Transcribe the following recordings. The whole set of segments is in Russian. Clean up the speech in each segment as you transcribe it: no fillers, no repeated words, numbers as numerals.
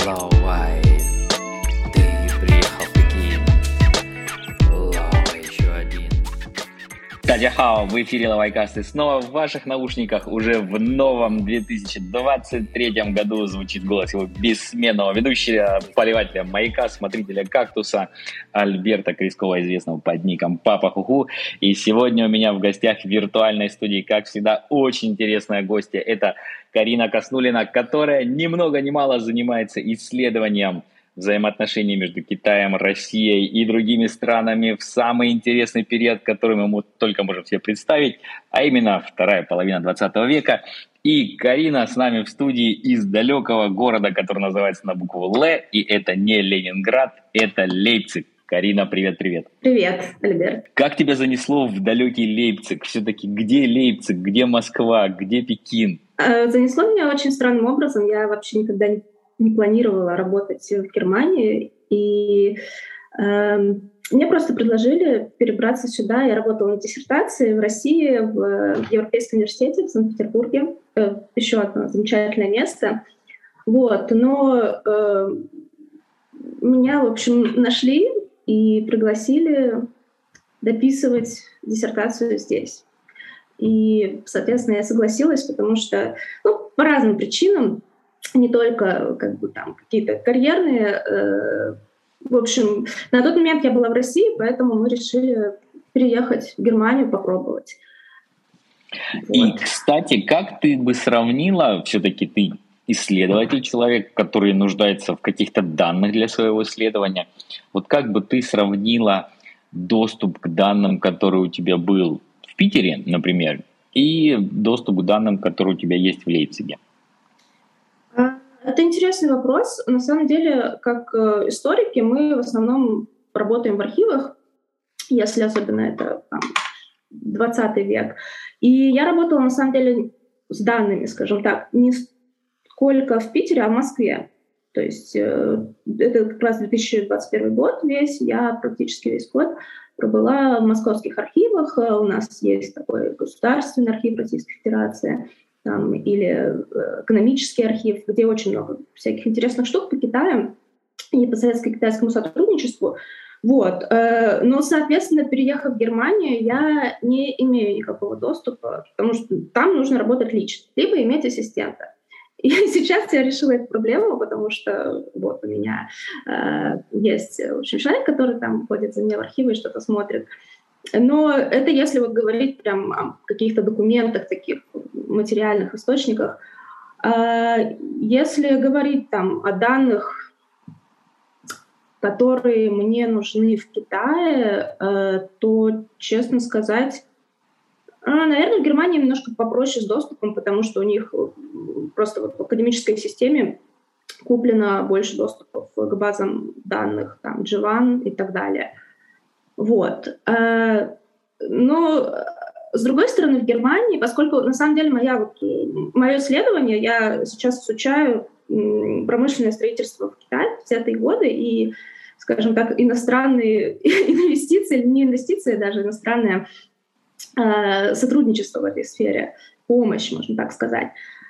Лаовай, ты приехал в Пекин. Лао еще один. Тадяхао, в эфире Лавайкаст и снова в ваших наушниках уже в новом 2023 году звучит голос его бессменного ведущего, поливателя маяка, смотрителя кактуса Альберта Крискова, известного под ником Папа Хуху. И сегодня у меня в гостях в виртуальной студии, как всегда, очень интересная гостья. Это Карина Коснулина, которая ни много ни мало занимается исследованием взаимоотношений между Китаем, Россией и другими странами в самый интересный период, который мы только можем себе представить, а именно вторая половина 20 века. И Карина с нами в студии из далекого города, который называется на букву Л, и это не Ленинград, это Лейпциг. Карина, привет-привет. Привет, Альберт. Как тебя занесло в далекий Лейпциг? Все-таки где Лейпциг, где Москва, где Пекин? Занесло меня очень странным образом. Я вообще никогда не планировала работать в Германии, и мне просто предложили перебраться сюда. Я работала на диссертации в России, в Европейском университете в Санкт-Петербурге. Еще одно замечательное место. Но меня, в общем, нашли и пригласили дописывать диссертацию здесь. И, соответственно, я согласилась, потому что, по разным причинам, не только какие-то карьерные. В общем, на тот момент я была в России, поэтому мы решили переехать в Германию, попробовать. И, кстати, как ты бы сравнила, все-таки ты исследователь, человек, который нуждается в каких-то данных для своего исследования, вот как бы ты сравнила доступ к данным, который у тебя был в Питере, например, и доступ к данным, которые у тебя есть в Лейпциге? Это интересный вопрос. На самом деле, как историки, мы в основном работаем в архивах, если особенно это 20 век. И я работала, на самом деле, с данными, скажем так, не сколько в Питере, а в Москве. То есть это как раз 2021 год весь, я практически весь год пробыла в московских архивах. У нас есть такой государственный архив Российской Федерации, или экономический архив, где очень много всяких интересных штук по Китаю и по советско-китайскому сотрудничеству. Но, соответственно, переехав в Германию, я не имею никакого доступа, потому что там нужно работать лично, либо иметь ассистента. И сейчас я решила эту проблему, потому что у меня есть, в общем, человек, который там ходит за мной в архивы и что-то смотрит. Но это если говорить прям о каких-то документах, таких материальных источниках. Если говорить о данных, которые мне нужны в Китае, то, честно сказать, наверное, в Германии немножко попроще с доступом, потому что у них просто в академической системе куплено больше доступов к базам данных, G1 и так далее. Но, с другой стороны, в Германии, поскольку, на самом деле, мое исследование, я сейчас изучаю промышленное строительство в Китае в 50-е годы, и, скажем так, иностранные инвестиции, не инвестиции, даже иностранное сотрудничество в этой сфере, помощь, можно так сказать,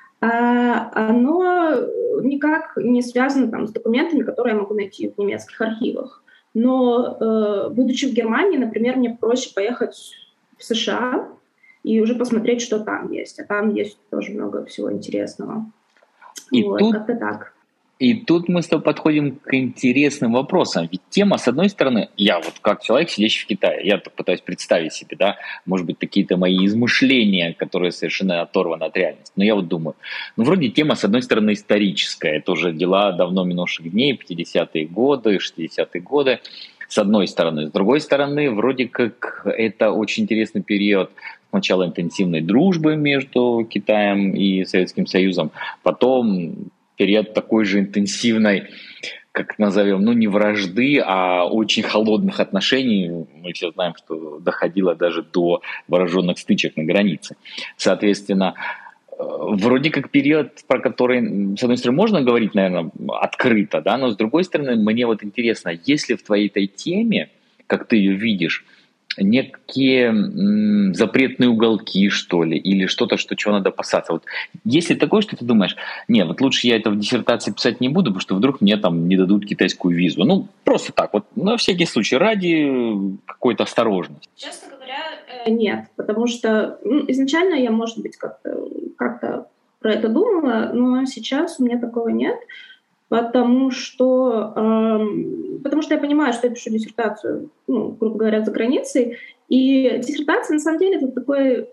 оно никак не связано с документами, которые я могу найти в немецких архивах. Но, будучи в Германии, например, мне проще поехать в США и уже посмотреть, что там есть. А там есть тоже много всего интересного. Как-то так. И тут мы с тобой подходим к интересным вопросам. Ведь тема, с одной стороны, я как человек, сидящий в Китае, я пытаюсь представить себе, может быть, какие-то мои измышления, которые совершенно оторваны от реальности. Но я думаю, вроде тема, с одной стороны, историческая. Это уже дела давно минувших дней, 50-е годы, 60-е годы, с одной стороны. С другой стороны, вроде как это очень интересный период сначала интенсивной дружбы между Китаем и Советским Союзом, потом период такой же интенсивной, как назовем, не вражды, а очень холодных отношений. Мы все знаем, что доходило даже до вооруженных стычек на границе. Соответственно, вроде как период, про который, с одной стороны, можно говорить, наверное, открыто, но с другой стороны, мне интересно, если в твоей этой теме, как ты ее видишь, некие запретные уголки, что ли, или что-то, чего надо опасаться. Вот есть ли такое, что ты думаешь, не, вот лучше я это в диссертации писать не буду, потому что вдруг мне там не дадут китайскую визу. Ну, просто так, вот на всякий случай, ради какой-то осторожности. Честно говоря, нет, потому что изначально я, может быть, как-то про это думала, но сейчас у меня такого нет, потому что я понимаю, что я пишу диссертацию, грубо говоря, за границей, и диссертация, на самом деле, это такой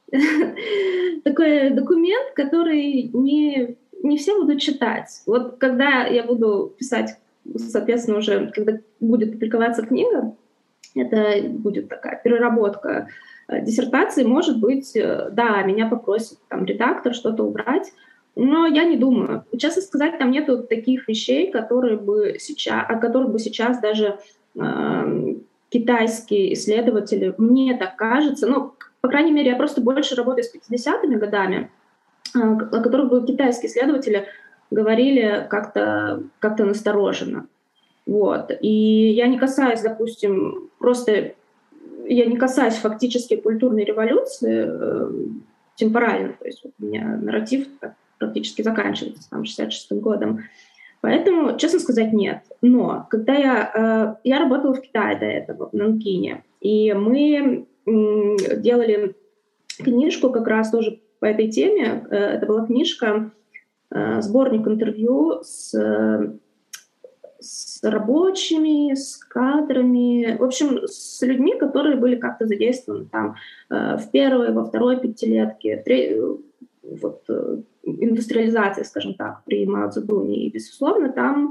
документ, который не все будут читать. Вот когда я буду писать, соответственно, уже когда будет публиковаться книга, это будет такая переработка диссертации, может быть, да, меня попросит там редактор что-то убрать, но я не думаю. Честно сказать, там нету таких вещей, о которых бы сейчас даже китайские исследователи, мне так кажется, по крайней мере, я просто больше работаю с 50-ми годами, о которых бы китайские исследователи говорили как-то настороженно. Вот. И я не касаюсь, допустим, фактически культурной революции темпорально, то есть у меня нарратив практически заканчивается там 66-м годом. Поэтому, честно сказать, нет. Но когда я работала в Китае до этого, в Нанкине, и мы делали книжку как раз тоже по этой теме. Это была книжка, сборник интервью с рабочими, с кадрами, в общем, с людьми, которые были как-то задействованы там в первой, во второй пятилетке, индустриализации, скажем так, при Мао Цзэдуне. И, безусловно, там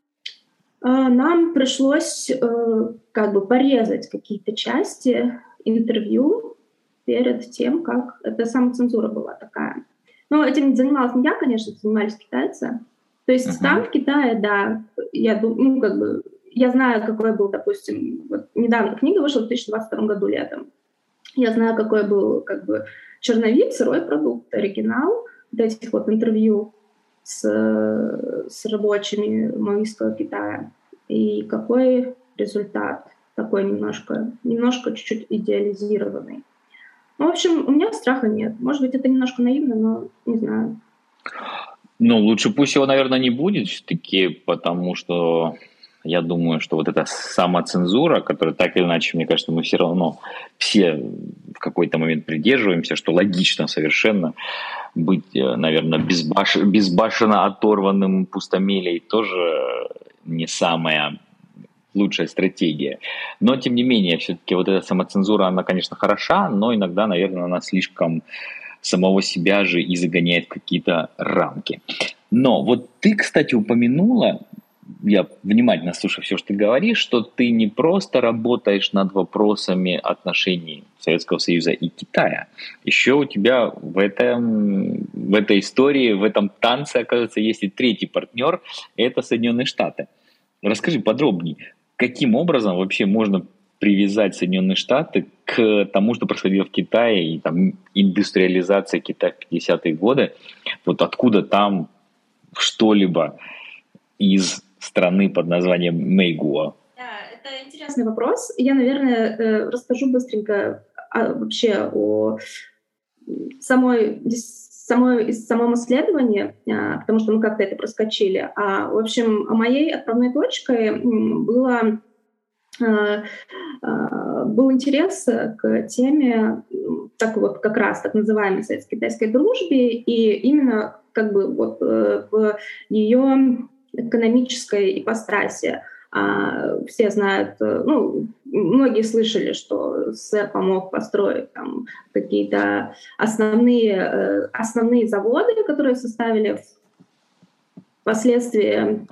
нам пришлось порезать какие-то части интервью перед тем, как... Это самоцензура была такая. Но этим не занималась не я, конечно, занимались китайцы. То есть там, в Китае, да, я знаю, какой был, допустим, недавно книга вышла в 2022 году летом. Я знаю, какой был черновик, сырой продукт, оригинал этих интервью с рабочими маоистского Китая. И какой результат такой немножко чуть-чуть идеализированный. В общем, у меня страха нет. Может быть, это немножко наивно, но не знаю. Лучше пусть его, наверное, не будет все-таки, потому что я думаю, что вот эта самоцензура, которая так или иначе, мне кажется, мы все равно все в какой-то момент придерживаемся, что логично совершенно быть, наверное, безбашенно оторванным пустомелей тоже не самая лучшая стратегия. Но, тем не менее, все-таки вот эта самоцензура, она, конечно, хороша, но иногда, наверное, она слишком самого себя же и загоняет в какие-то рамки. Но вот ты, кстати, упомянула, я внимательно слушаю все, что ты говоришь, что ты не просто работаешь над вопросами отношений Советского Союза и Китая. Еще у тебя в этой истории, в этом танце, оказывается, есть и третий партнер, это Соединенные Штаты. Расскажи подробнее, каким образом вообще можно привязать Соединенные Штаты к тому, что происходило в Китае, и там индустриализация Китая в 50-е годы, вот откуда там что-либо из страны под названием Мэйгуо? Да, это интересный вопрос. Я, наверное, расскажу быстренько вообще о самом исследовании, потому что мы как-то это проскочили. В общем, моей отправной точкой был интерес к теме как раз так называемой советско-китайской дружбе и именно в ее экономической ипостаси. Все знают, многие слышали, что СССР помог построить там какие-то основные заводы, которые составили впоследствии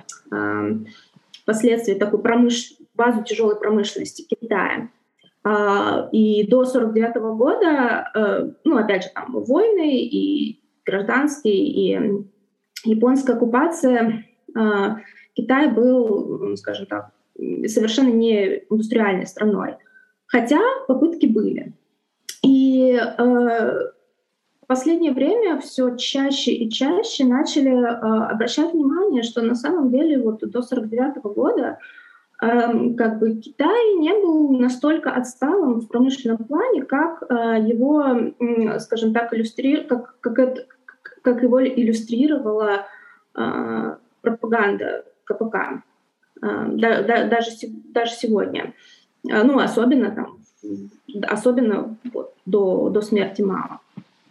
такую базу тяжелой промышленности Китая. И до 1949 года, опять же, там войны и гражданские, и японская оккупация, Китай был, скажем так, совершенно не индустриальной страной. Хотя попытки были. И в последнее время все чаще и чаще начали обращать внимание, что на самом деле до 1949 года как бы Китай не был настолько отсталым в промышленном плане, как его, скажем так, как его иллюстрировала пропаганда КПК, даже сегодня. Ну, особенно вот, до смерти Мао.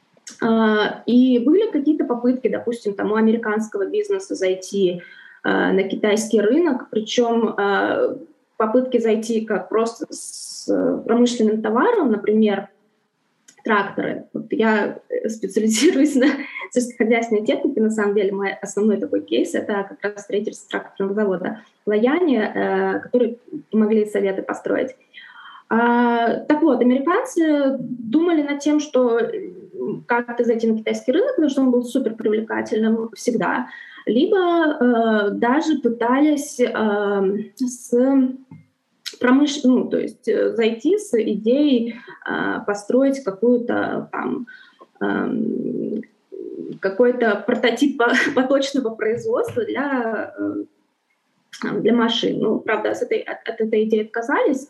И были какие-то попытки, допустим, там, у американского бизнеса зайти на китайский рынок, причем попытки зайти как просто с промышленным товаром, например, тракторы. Вот я специализируюсь на сельскохозяйственной технике, на самом деле мой основной такой кейс — это как раз строительство тракторного завода в Лаяне, который могли советы построить. Так вот, американцы думали над тем, что как-то зайти на китайский рынок, потому что он был супер привлекательным всегда, либо даже пытались то есть зайти с идеей построить какой-то прототип поточного производства для машин. Ну, правда, от этой идеи отказались.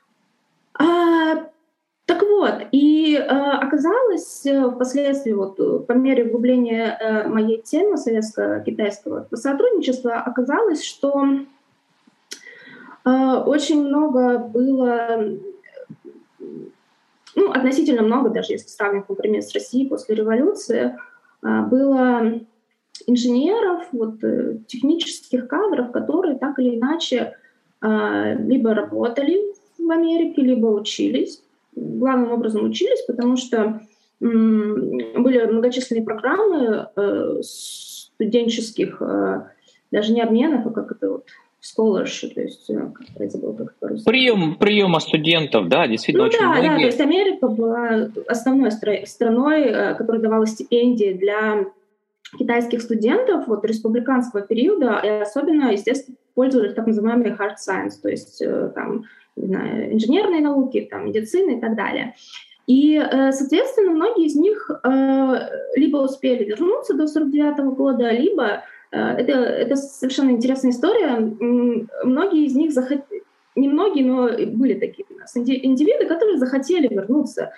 Так вот, и оказалось впоследствии, вот, по мере углубления моей темы советско-китайского сотрудничества, оказалось, что очень много было, ну, относительно много, даже если сравнивать, например, с Россией после революции, было инженеров, вот, технических кадров, которые так или иначе либо работали в Америке, либо учились. Главным образом учились, потому что были многочисленные программы студенческих, даже не обменов, а как это вот, scholarship, то есть, как я забыла, как это по-русски. Приема студентов, да, действительно, очень многие. Да, то есть Америка была основной страной, которая давала стипендии для китайских студентов вот, республиканского периода, и особенно, естественно, пользовались так называемыми hard science, то есть там, не знаю, инженерные науки, там, медицина и так далее. И, соответственно, многие из них либо успели вернуться до 1949 года, либо, это совершенно интересная история, многие из них не многие, но были такие у нас индивиды, которые захотели вернуться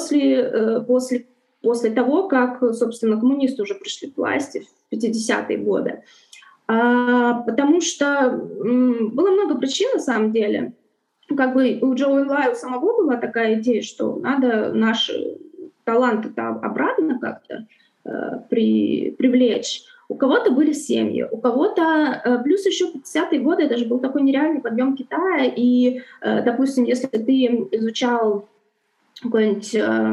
после того, как, собственно, коммунисты уже пришли к власти в 50-е годы. Потому что было много причин, на самом деле. Как бы у Джоуи Лай у самого была такая идея, что надо наши таланты-то обратно как-то привлечь. У кого-то были семьи, у кого-то... Плюс еще в 50-е годы даже был такой нереальный подъем Китая, и, допустим, если ты изучал какое-нибудь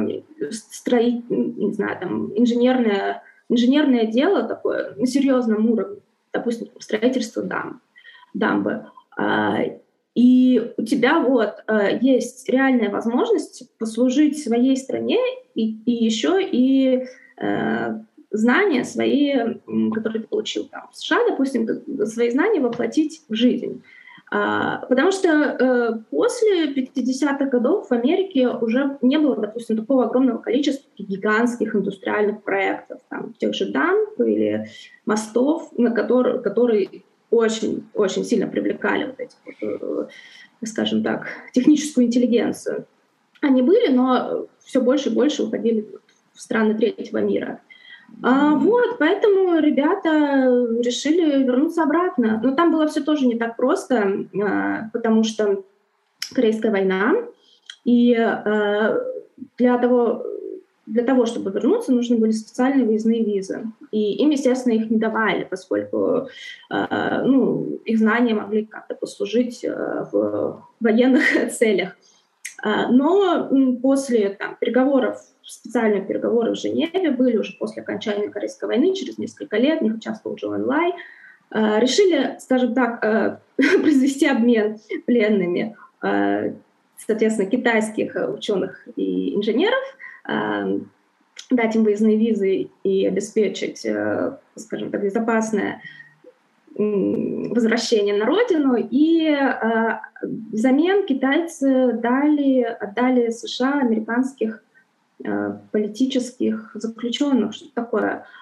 не знаю, там, инженерное дело такое на серьезном уровне, допустим, строительство дамбы, и у тебя вот есть реальная возможность послужить своей стране и еще и знания свои, которые ты получил там в США, допустим, свои знания воплотить в жизнь. Потому что после 50-х годов в Америке уже не было, допустим, такого огромного количества гигантских индустриальных проектов, там, тех же дамб или мостов, которые очень сильно привлекали вот эти, скажем так, техническую интеллигенцию. Они были, но все больше и больше уходили в страны третьего мира. Вот, поэтому ребята решили вернуться обратно. Но там было все тоже не так просто, потому что Корейская война, и для того, чтобы вернуться, нужны были специальные выездные визы. И им, естественно, их не давали, поскольку их знания могли как-то послужить в военных целях. Но после специальных переговоров в Женеве были уже после окончания Корейской войны, через несколько лет, в них участвовал Джоуи Лай, решили, скажем так, произвести обмен пленными, соответственно, китайских ученых и инженеров, дать им выездные визы и обеспечить, скажем так, безопасное возвращение на родину, и взамен китайцы отдали США американских политических заключенных, что такое.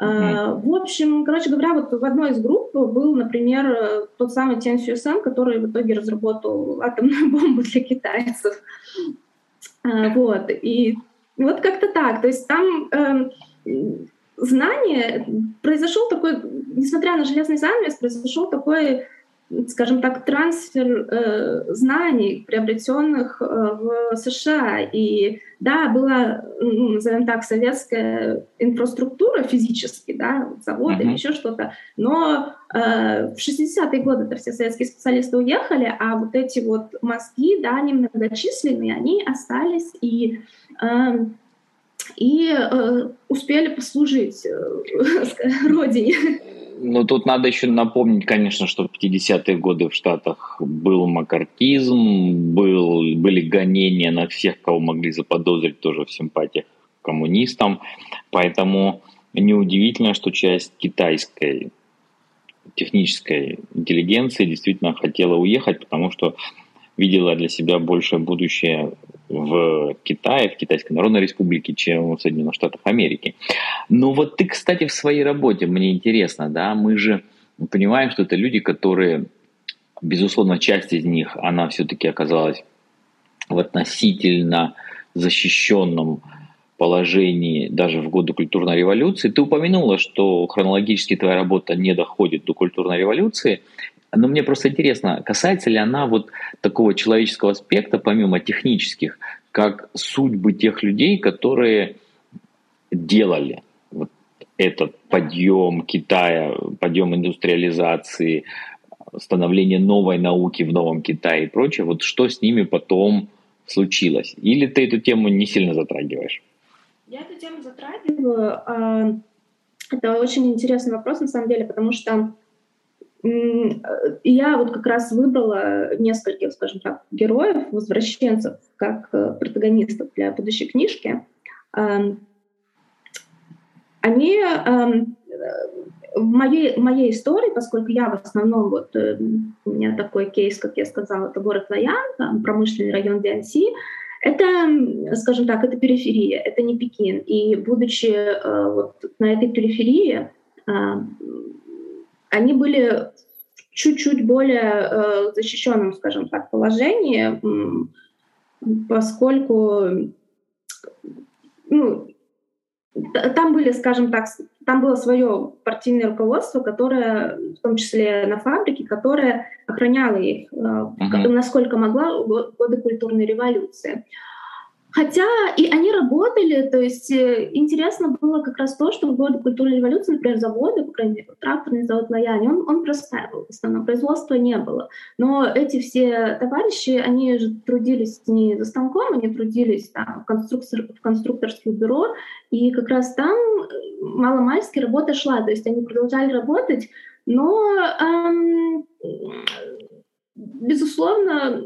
В общем, короче говоря, вот в одной из групп был, например, тот самый Тен Сюэсэн, который в итоге разработал атомную бомбу для китайцев. Вот. И вот как-то так. То есть там знание, произошел такой, несмотря на железный занавес, произошел такой, скажем так, трансфер знаний, приобретенных в США. И да, была, назовем так, советская инфраструктура физически, да, заводы, еще что-то, но в 60-е годы все советские специалисты уехали, а вот эти вот мозги, да, они многочисленные, они остались и успели послужить родине. Но тут надо еще напомнить, конечно, что в 50-е годы в Штатах был маккартизм, были гонения на всех, кого могли заподозрить тоже в симпатиях к коммунистам. Поэтому неудивительно, что часть китайской технической интеллигенции действительно хотела уехать, потому что видела для себя большее будущее в Китае, в Китайской Народной Республике, чем в Соединенных Штатах Америки. Но вот ты, кстати, в своей работе, мне интересно, да, мы же понимаем, что это люди, которые, безусловно, часть из них, она все-таки оказалась в относительно защищенном положении даже в годы культурной революции. Ты упомянула, что хронологически твоя работа не доходит до культурной революции. Но мне просто интересно, касается ли она вот такого человеческого аспекта, помимо технических, как судьбы тех людей, которые делали вот этот подъем Китая, подъем индустриализации, становление новой науки в Новом Китае и прочее, вот что с ними потом случилось? Или ты эту тему не сильно затрагиваешь? Я эту тему затрагиваю. Это очень интересный вопрос, на самом деле, потому что я вот как раз выбрала нескольких, скажем так, героев, возвращенцев, как протагонистов для будущей книжки. Они в моей истории, поскольку я в основном, вот у меня такой кейс, как я сказала, это город Лоян, там промышленный район Вяньси, это, скажем так, это периферия, это не Пекин. И будучи вот на этой периферии, они были в чуть-чуть более защищенном, скажем так, положении, поскольку там были, скажем так, там было свое партийное руководство, которое, в том числе на фабрике, которое охраняло их, насколько могла, в годы культурной революции. Хотя и они работали, то есть интересно было как раз то, что в годы культурной революции, например, заводы, по крайней мере, тракторный завод Лояне, он простаивал, в основном производства не было. Но эти все товарищи, они же трудились не за станком, они трудились там, в конструкторских бюро, и как раз там маломальски работа шла, то есть они продолжали работать, но, безусловно,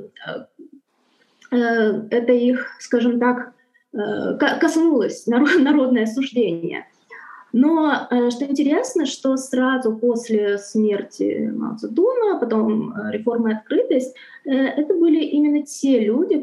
это их, скажем так, коснулось народное осуждение. Но что интересно, что сразу после смерти Мао Цзэдуна, потом реформа и открытость, это были именно те люди,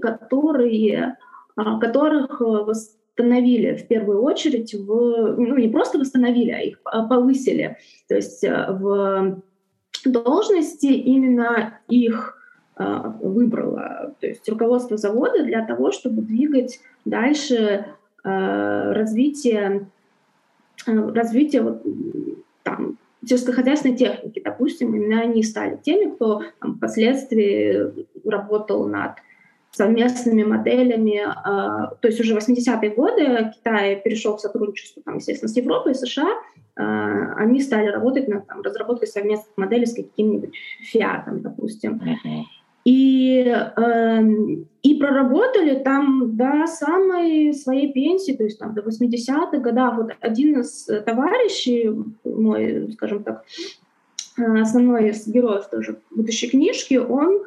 которых восстановили в первую очередь, не просто восстановили, а их повысили. То есть в должности именно их выбрало, то есть руководство завода для того, чтобы двигать дальше развитие вот, там, сельскохозяйственной техники. Допустим, именно они стали теми, кто там, впоследствии работал над совместными моделями. То есть уже в 80-е годы Китай перешел к сотрудничеству, там, естественно, с Европой и США. Они стали работать над разработкой совместных моделей с каким-нибудь Фиатом, допустим. И проработали там до самой своей пенсии, то есть там до 80-х годов. Вот один из товарищей, мой, скажем так, основной из героев тоже будущей книжки, он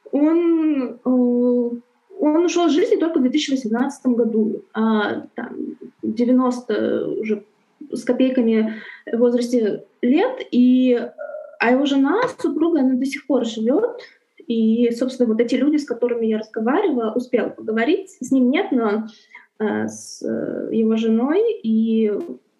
ушел из жизни только в 2018 году. Там, 90 уже с копейками в возрасте лет, а его жена, супруга, она до сих пор живет. И, собственно, вот эти люди, с которыми я разговаривала, успела поговорить, с ним нет, но с его женой, и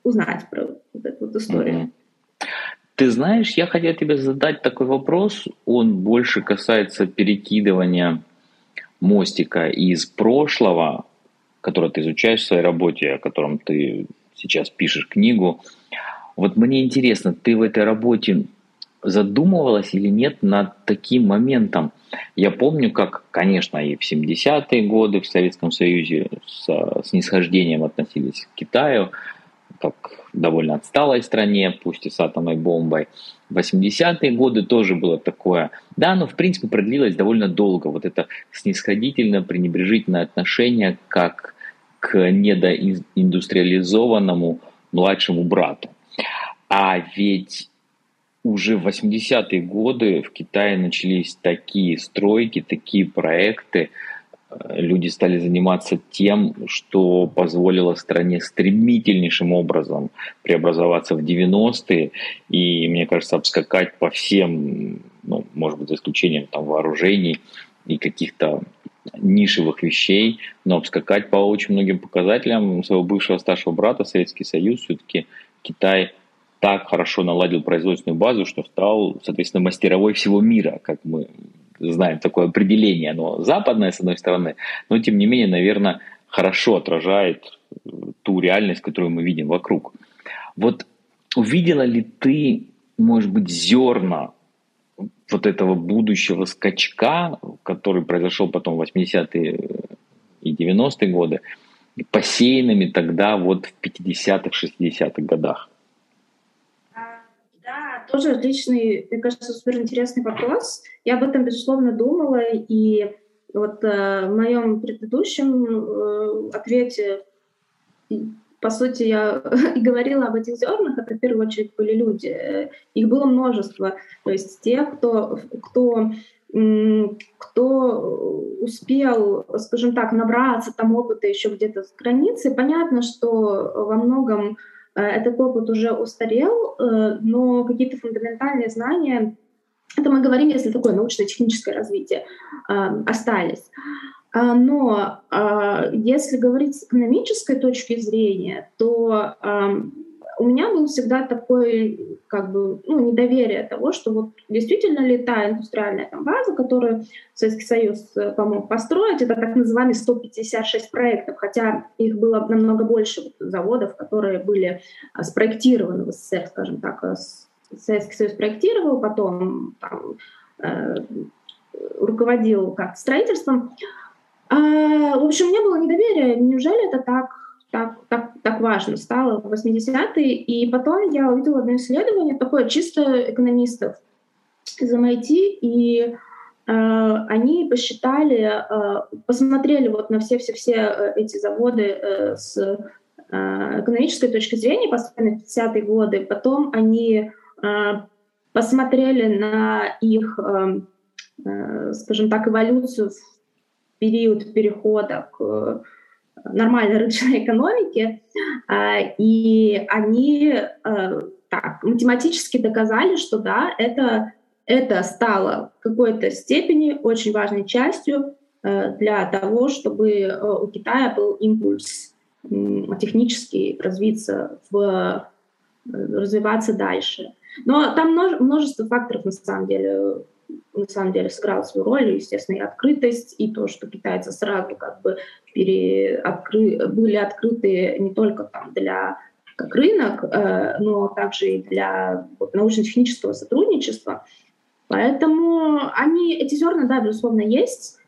узнать про вот эту вот историю. Ты знаешь, я хотел тебе задать такой вопрос, он больше касается перекидывания мостика из прошлого, которое ты изучаешь в своей работе, о котором ты сейчас пишешь книгу. Вот мне интересно, ты в этой работе задумывалась или нет над таким моментом? Я помню, как, конечно, и в 70-е годы в Советском Союзе с снисхождением относились к Китаю, как к довольно отсталой стране, пусть и с атомной бомбой. В 80-е годы тоже было такое. Да, но в принципе продлилось довольно долго. Вот это снисходительно пренебрежительное отношение как к недоиндустриализованному младшему брату. А ведь уже в 80-е годы в Китае начались такие стройки, такие проекты. Люди стали заниматься тем, что позволило стране стремительнейшим образом преобразоваться в 90-е. И, мне кажется, обскакать по всем, ну, может быть, за исключением там, вооружений и каких-то нишевых вещей, но обскакать по очень многим показателям своего бывшего старшего брата, Советский Союз, все-таки Китай так хорошо наладил производственную базу, что стал, соответственно, мастеровой всего мира, как мы знаем такое определение. Оно западное, с одной стороны, но, тем не менее, наверное, хорошо отражает ту реальность, которую мы видим вокруг. Вот увидела ли ты, может быть, зерна вот этого будущего скачка, который произошел потом в 80-е и 90-е годы, посеянными тогда вот в 50-х, 60-х годах? Да, тоже отличный, мне кажется, суперинтересный вопрос. Я об этом, безусловно, думала, и вот в моем предыдущем ответе, по сути, я и говорила об этих зернах, это в первую очередь были люди. Их было множество. То есть те, кто успел, скажем так, набраться там опыта еще где-то с границей, понятно, что во многом этот опыт уже устарел, но какие-то фундаментальные знания, это мы говорим, если такое научно-техническое развитие, остались. Но если говорить с экономической точки зрения, то у меня был всегда такое недоверие того, что вот действительно ли та индустриальная там база, которую Советский Союз помог построить, это так называемые 156 проектов, хотя их было намного больше заводов, которые были спроектированы в СССР, скажем так, Советский Союз проектировал, потом там, руководил как строительством. В общем, у меня было недоверие, неужели это так важно стало в 80-е. И потом я увидела одно исследование, такое чисто экономистов из MIT, и они посмотрели вот на все эти заводы с экономической точки зрения, построенные в 50-е годы. Потом они посмотрели на их, скажем так, эволюцию в период перехода к нормальной рыночной экономике, и они математически доказали, что да, это стало в какой-то степени очень важной частью для того, чтобы у Китая был импульс технически развиваться дальше. Но там множество факторов на самом деле сыграло свою роль, естественно, и открытость, и то, что китайцы сразу были открыты не только там как рынок, но также и для научно-технического сотрудничества. Поэтому эти зерна, да, безусловно, есть,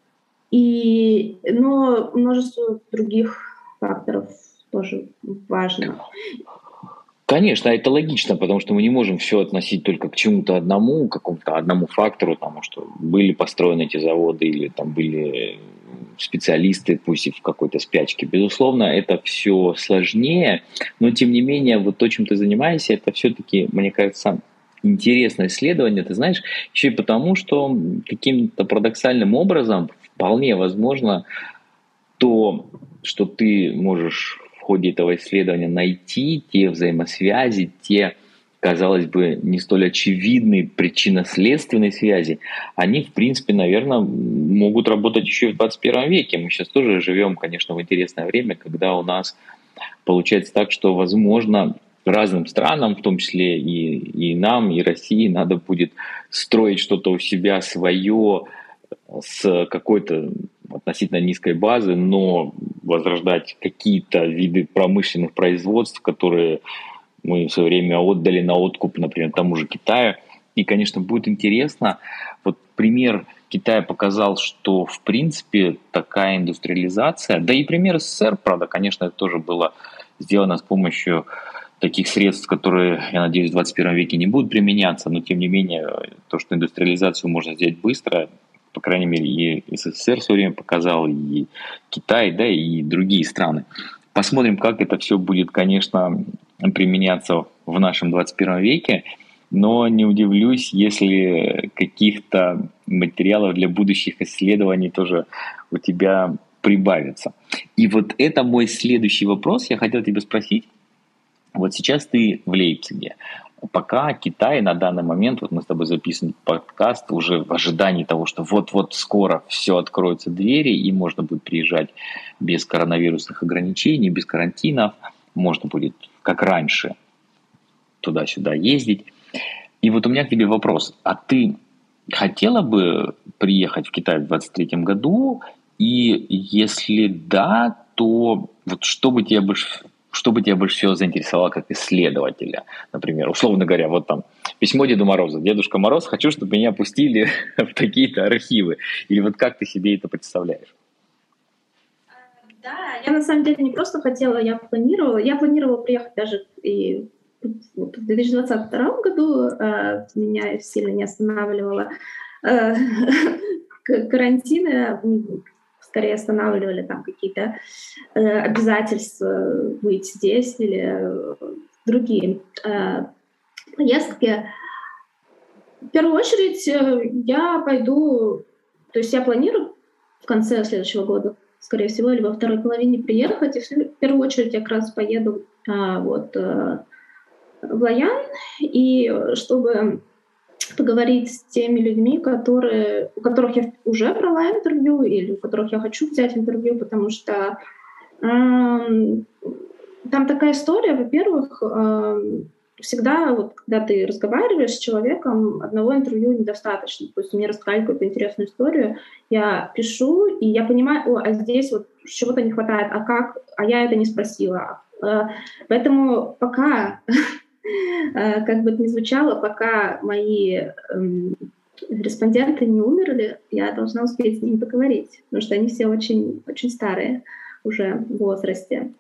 но множество других факторов тоже важно. Конечно, это логично, потому что мы не можем все относить только к чему-то одному, какому-то одному фактору, потому что были построены эти заводы или там были специалисты, пусть и в какой-то спячке. Безусловно, это все сложнее, но тем не менее, вот то, чем ты занимаешься, это все-таки, мне кажется, интересное исследование, ты знаешь, еще и потому, что каким-то парадоксальным образом вполне возможно то, что ты можешь в ходе этого исследования найти, те взаимосвязи, те, казалось бы, не столь очевидные причинно-следственные связи, они, в принципе, наверное, могут работать еще и в 21 веке. Мы сейчас тоже живем, конечно, в интересное время, когда у нас получается так, что, возможно, разным странам, в том числе и нам, и России, надо будет строить что-то у себя свое с какой-то относительно низкой базы, но возрождать какие-то виды промышленных производств, которые мы в свое время отдали на откуп, например, тому же Китаю. И, конечно, будет интересно. Вот пример Китая показал, что, в принципе, такая индустриализация, да и пример СССР, правда, конечно, это тоже было сделано с помощью таких средств, которые, я надеюсь, в 21 веке не будут применяться, но, тем не менее, то, что индустриализацию можно сделать быстро, по крайней мере, и СССР в свое время показал, и Китай, да, и другие страны. Посмотрим, как это все будет, конечно, применяться в нашем 21 веке, но не удивлюсь, если каких-то материалов для будущих исследований тоже у тебя прибавится. И вот это мой следующий вопрос. Я хотел тебя спросить. Вот сейчас ты в Лейпциге. Пока Китай на данный момент, вот мы с тобой записываем подкаст уже в ожидании того, что вот-вот скоро все откроются двери и можно будет приезжать без коронавирусных ограничений, без карантинов, можно будет, как раньше, туда-сюда ездить. И вот у меня к тебе вопрос. А ты хотела бы приехать в Китай в 2023 году? И если да, то вот что бы тебя больше всего заинтересовало как исследователя? Например, условно говоря, вот там письмо Деду Морозу. Дедушка Мороз, хочу, чтобы меня пустили в такие-то архивы. Или вот как ты себе это представляешь? Да, я на самом деле не просто хотела, я планировала. Я планировала приехать даже и в 2022 году. Меня сильно не останавливало карантины. Скорее останавливали там какие-то обязательства быть здесь или другие поездки. В первую очередь я пойду, то есть я планирую в конце следующего года, скорее всего, или во второй половине приехать. И в первую очередь я как раз поеду в Лоян, и чтобы поговорить с теми людьми, у которых я уже брала интервью или у которых я хочу взять интервью, потому что там такая история, во-первых, всегда, вот, когда ты разговариваешь с человеком, одного интервью недостаточно. То есть мне рассказали какую-то интересную историю, я пишу, и я понимаю, а здесь вот чего-то не хватает, а я это не спросила. Поэтому пока, как бы это ни звучало, пока мои респонденты не умерли, я должна успеть с ними поговорить, потому что они все очень, очень старые уже в возрасте.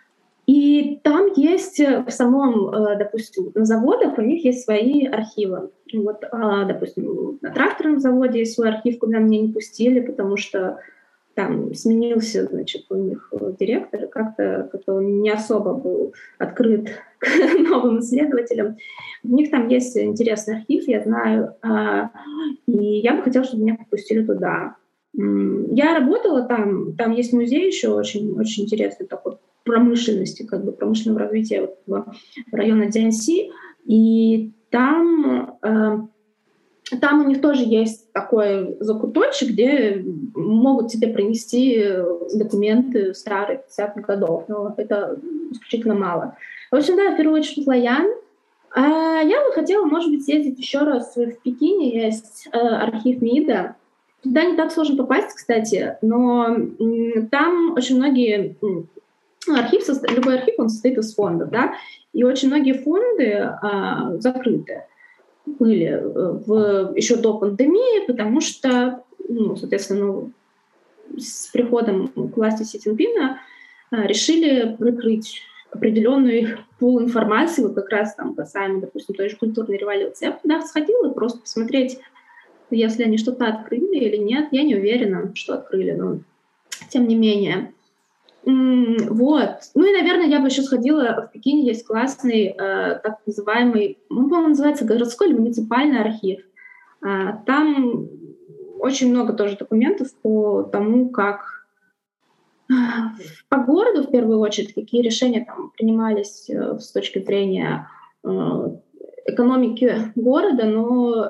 И там есть в самом, допустим, на заводах у них есть свои архивы. Вот, допустим, на тракторном заводе есть свой архив, куда меня не пустили, потому что там сменился, значит, у них директор, и как-то он не особо был открыт к новым исследователям. У них там есть интересный архив, я знаю, и я бы хотела, чтобы меня попустили туда. Я работала там есть музей еще очень, очень интересный такой, промышленности, как бы промышленного развития в районе Цзянси, и там у них тоже есть такой закуточек, где могут тебе принести документы старые 50-х годов, но это исключительно мало. В общем, да, в первую очередь Лоян. Я бы хотела, может быть, съездить еще раз в Пекине, есть архив МИДа. Туда не так сложно попасть, кстати, но там очень многие... любой архив, он состоит из фондов, да, и очень многие фонды закрыты были еще до пандемии, потому что, соответственно, с приходом к власти Си Цзиньпина решили прикрыть определенный пул информации, вот как раз там касаемо, допустим, той же культурной революции. Я туда сходила просто посмотреть, если они что-то открыли или нет. Я не уверена, что открыли, но тем не менее. Вот. Ну и, наверное, я бы еще сходила, в Пекине есть классный так называемый, по-моему, называется городской или муниципальный архив. Там очень много тоже документов по тому, как по городу, в первую очередь, какие решения там принимались с точки зрения экономики города, но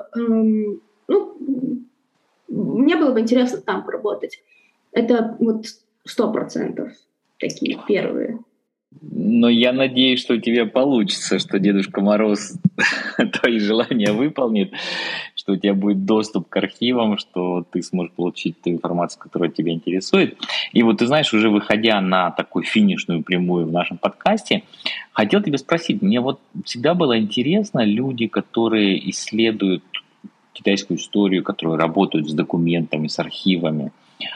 мне было бы интересно там поработать. Это вот 100% такие первые. Но я надеюсь, что у тебя получится, что Дедушка Мороз твои желания выполнит, что у тебя будет доступ к архивам, что ты сможешь получить ту информацию, которая тебя интересует. И вот ты знаешь, уже выходя на такую финишную прямую в нашем подкасте, хотел тебя спросить, мне вот всегда было интересно люди, которые исследуют китайскую историю, которые работают с документами, с архивами.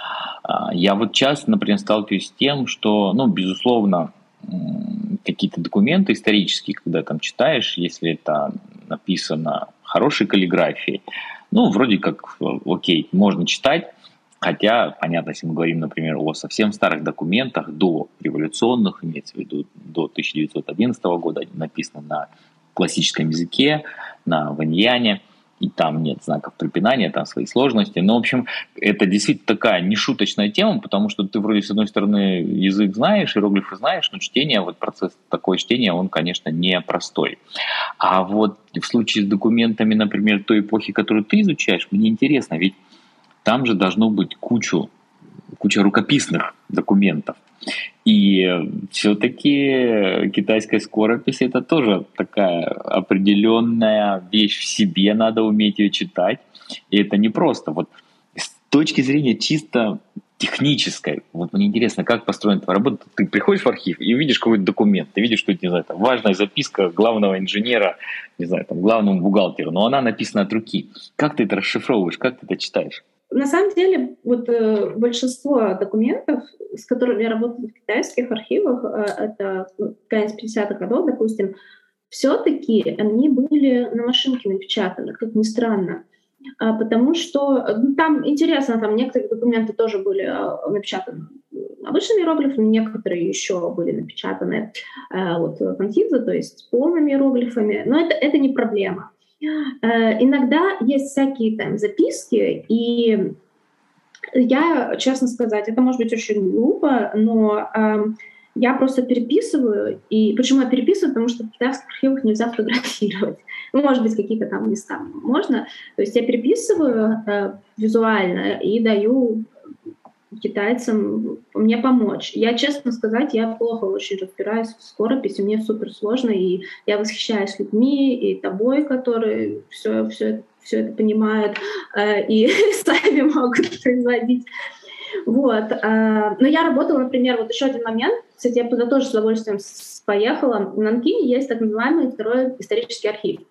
Я вот часто, например, сталкиваюсь с тем, что, ну, безусловно, какие-то документы исторические, когда там читаешь, если это написано хорошей каллиграфией, ну, вроде как, окей, можно читать, хотя, понятно, если мы говорим, например, о совсем старых документах, до революционных, имеется в виду до 1911 года, написано на классическом языке, на ваньяне, и там нет знаков препинания, там свои сложности. Но, в общем, это действительно такая нешуточная тема, потому что ты вроде, с одной стороны, язык знаешь, иероглифы знаешь, но чтение, вот процесс такое чтения, он, конечно, непростой. А вот в случае с документами, например, той эпохи, которую ты изучаешь, мне интересно, ведь там же должно быть куча рукописных документов. И все-таки китайская скоропись — это тоже такая определенная вещь в себе, надо уметь ее читать. И это не просто. Вот с точки зрения чисто технической, вот мне интересно, как построена твоя работа. Ты приходишь в архив и видишь какой-то документ, ты видишь, что это, не знаю, там, важная записка главного инженера, не знаю, там, главному бухгалтеру, но она написана от руки. Как ты это расшифровываешь, как ты это читаешь? На самом деле, вот большинство документов, с которыми я работаю в китайских архивах, это конец 50-х годов, допустим, все-таки они были на машинке напечатаны, как ни странно. Потому что там интересно, там некоторые документы тоже были напечатаны обычными иероглифами, некоторые еще были напечатаны вот, конхидзу, то есть полными иероглифами, но это не проблема. Иногда есть всякие там записки, и я, честно сказать, это может быть очень глупо, но я просто переписываю. И почему я переписываю? Потому что в китайских архивах нельзя фотографировать. Ну, может быть, какие-то там места можно. То есть я переписываю визуально и даю китайцам мне помочь. Я, честно сказать, я плохо очень разбираюсь в скорописи, мне супер сложно, и я восхищаюсь людьми и тобой, которые все это понимают и сами могут производить. Вот. Но я работала, например, вот еще один момент, кстати, я туда тоже с удовольствием поехала. В Нанкине есть так называемый второй исторический архив.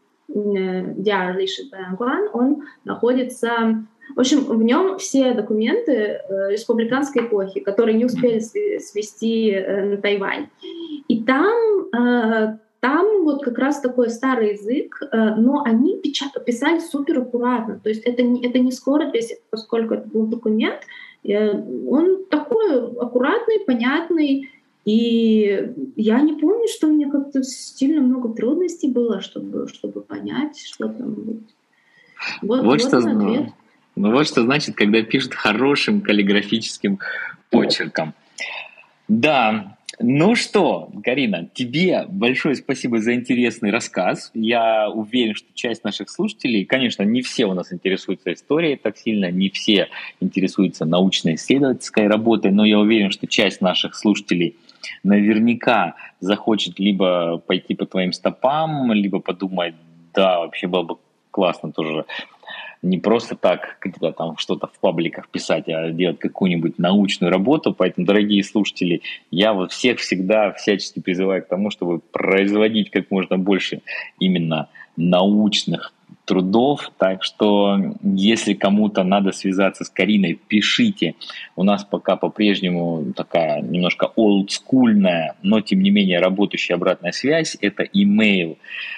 Он находится... В общем, в нем все документы республиканской эпохи, которые не успели свести на Тайвань. И там вот как раз такой старый язык, но они писали супер аккуратно. То есть это не скоропись, поскольку это был документ. Он такой аккуратный, понятный. И я не помню, что у меня как-то сильно много трудностей было, чтобы понять, что там будет. Вот что ответ. Ну вот что значит, когда пишут хорошим каллиграфическим почерком. Да, ну что, Карина, тебе большое спасибо за интересный рассказ. Я уверен, что часть наших слушателей, конечно, не все у нас интересуются историей так сильно, не все интересуются научно-исследовательской работой, но я уверен, что часть наших слушателей наверняка захочет либо пойти по твоим стопам, либо подумать, да, вообще было бы классно тоже не просто так где-то там что-то в пабликах писать, а делать какую-нибудь научную работу. Поэтому, дорогие слушатели, я вот всех всегда всячески призываю к тому, чтобы производить как можно больше именно научных трудов. Так что, если кому-то надо связаться с Кариной, пишите. У нас пока по-прежнему такая немножко олдскульная, но тем не менее работающая обратная связь. Это email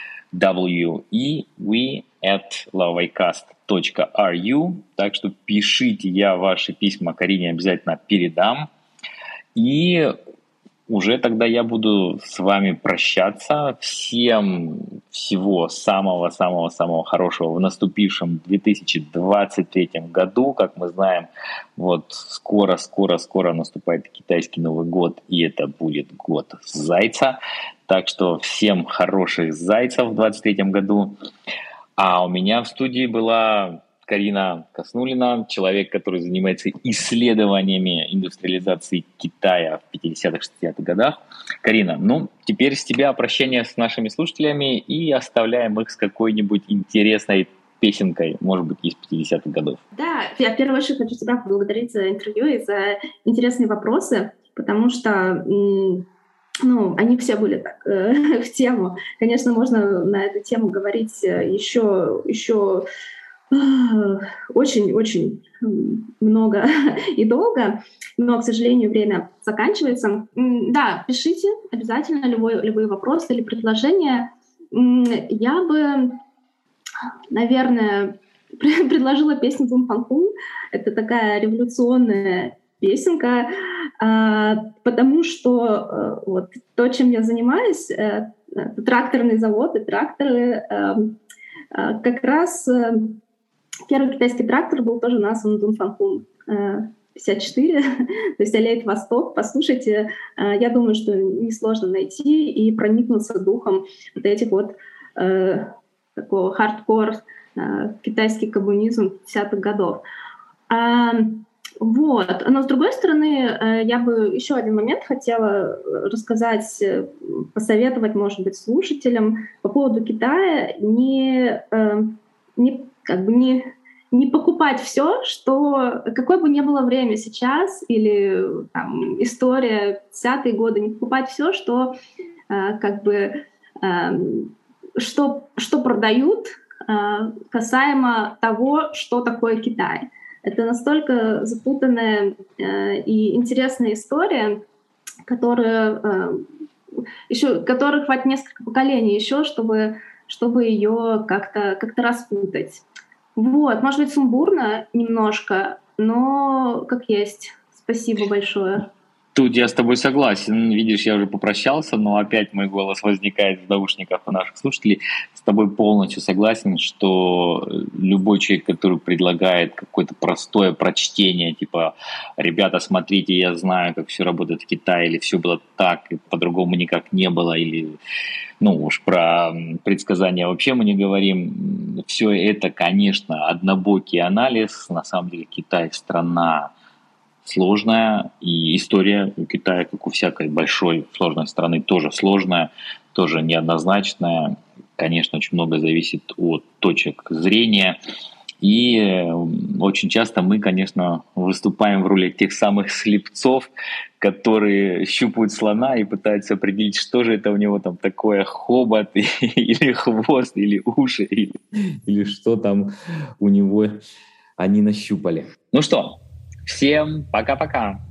we@loveicast.ru. Так что пишите, я ваши письма Карине обязательно передам. И уже тогда я буду с вами прощаться. Всем всего самого-самого-самого хорошего в наступившем 2023 году. Как мы знаем, вот скоро наступает китайский Новый год, и это будет год Зайца. Так что всем хороших зайцев в 2023 году. А у меня в студии была Карина Коснулина, человек, который занимается исследованиями индустриализации Китая в 50-60-х годах. Карина, теперь с тебя прощание с нашими слушателями и оставляем их с какой-нибудь интересной песенкой, может быть, из 50-х годов. Да, я в первую очередь хочу тебя поблагодарить за интервью и за интересные вопросы, потому что они все были так в тему. Конечно, можно на эту тему говорить еще очень-очень много и долго, но, к сожалению, время заканчивается. Да, пишите обязательно любые вопросы или предложения. Я бы, наверное, предложила песню «Бум Фанкун». Это такая революционная песенка, потому что вот то, чем я занимаюсь, тракторный завод и тракторы, как раз первый китайский трактор был тоже назван «Дун Фанкун 54», то есть «Аллеет Восток». Послушайте, я думаю, что несложно найти и проникнуться духом вот этих вот такого хардкор, китайский коммунизм 50-х годов. Вот. Но, с другой стороны, я бы еще один момент хотела рассказать, посоветовать, может быть, слушателям по поводу Китая. Не покупать все, что, какое бы ни было время сейчас или история 50-е годы, не покупать все, что что продают касаемо того, что такое Китай. Это настолько запутанная и интересная история, которой хватит несколько поколений еще, чтобы ее как-то распутать. Вот, может быть, сумбурно немножко, но как есть. Спасибо большое. Тут я с тобой согласен. Видишь, я уже попрощался, но опять мой голос возникает в наушниках у наших слушателей. С тобой полностью согласен, что любой человек, который предлагает какое-то простое прочтение, типа «Ребята, смотрите, я знаю, как все работает в Китае», или «Все было так, и по-другому никак не было», или уж про предсказания вообще мы не говорим. Все это, конечно, однобокий анализ. На самом деле Китай – страна сложная, и история у Китая, как у всякой большой сложной страны, тоже сложная, тоже неоднозначная. Конечно, очень много зависит от точек зрения. И очень часто мы, конечно, выступаем в роли тех самых слепцов, которые щупают слона и пытаются определить, что же это у него там такое, хобот или хвост, или уши, или что там у него они нащупали. Ну что, всем пока-пока.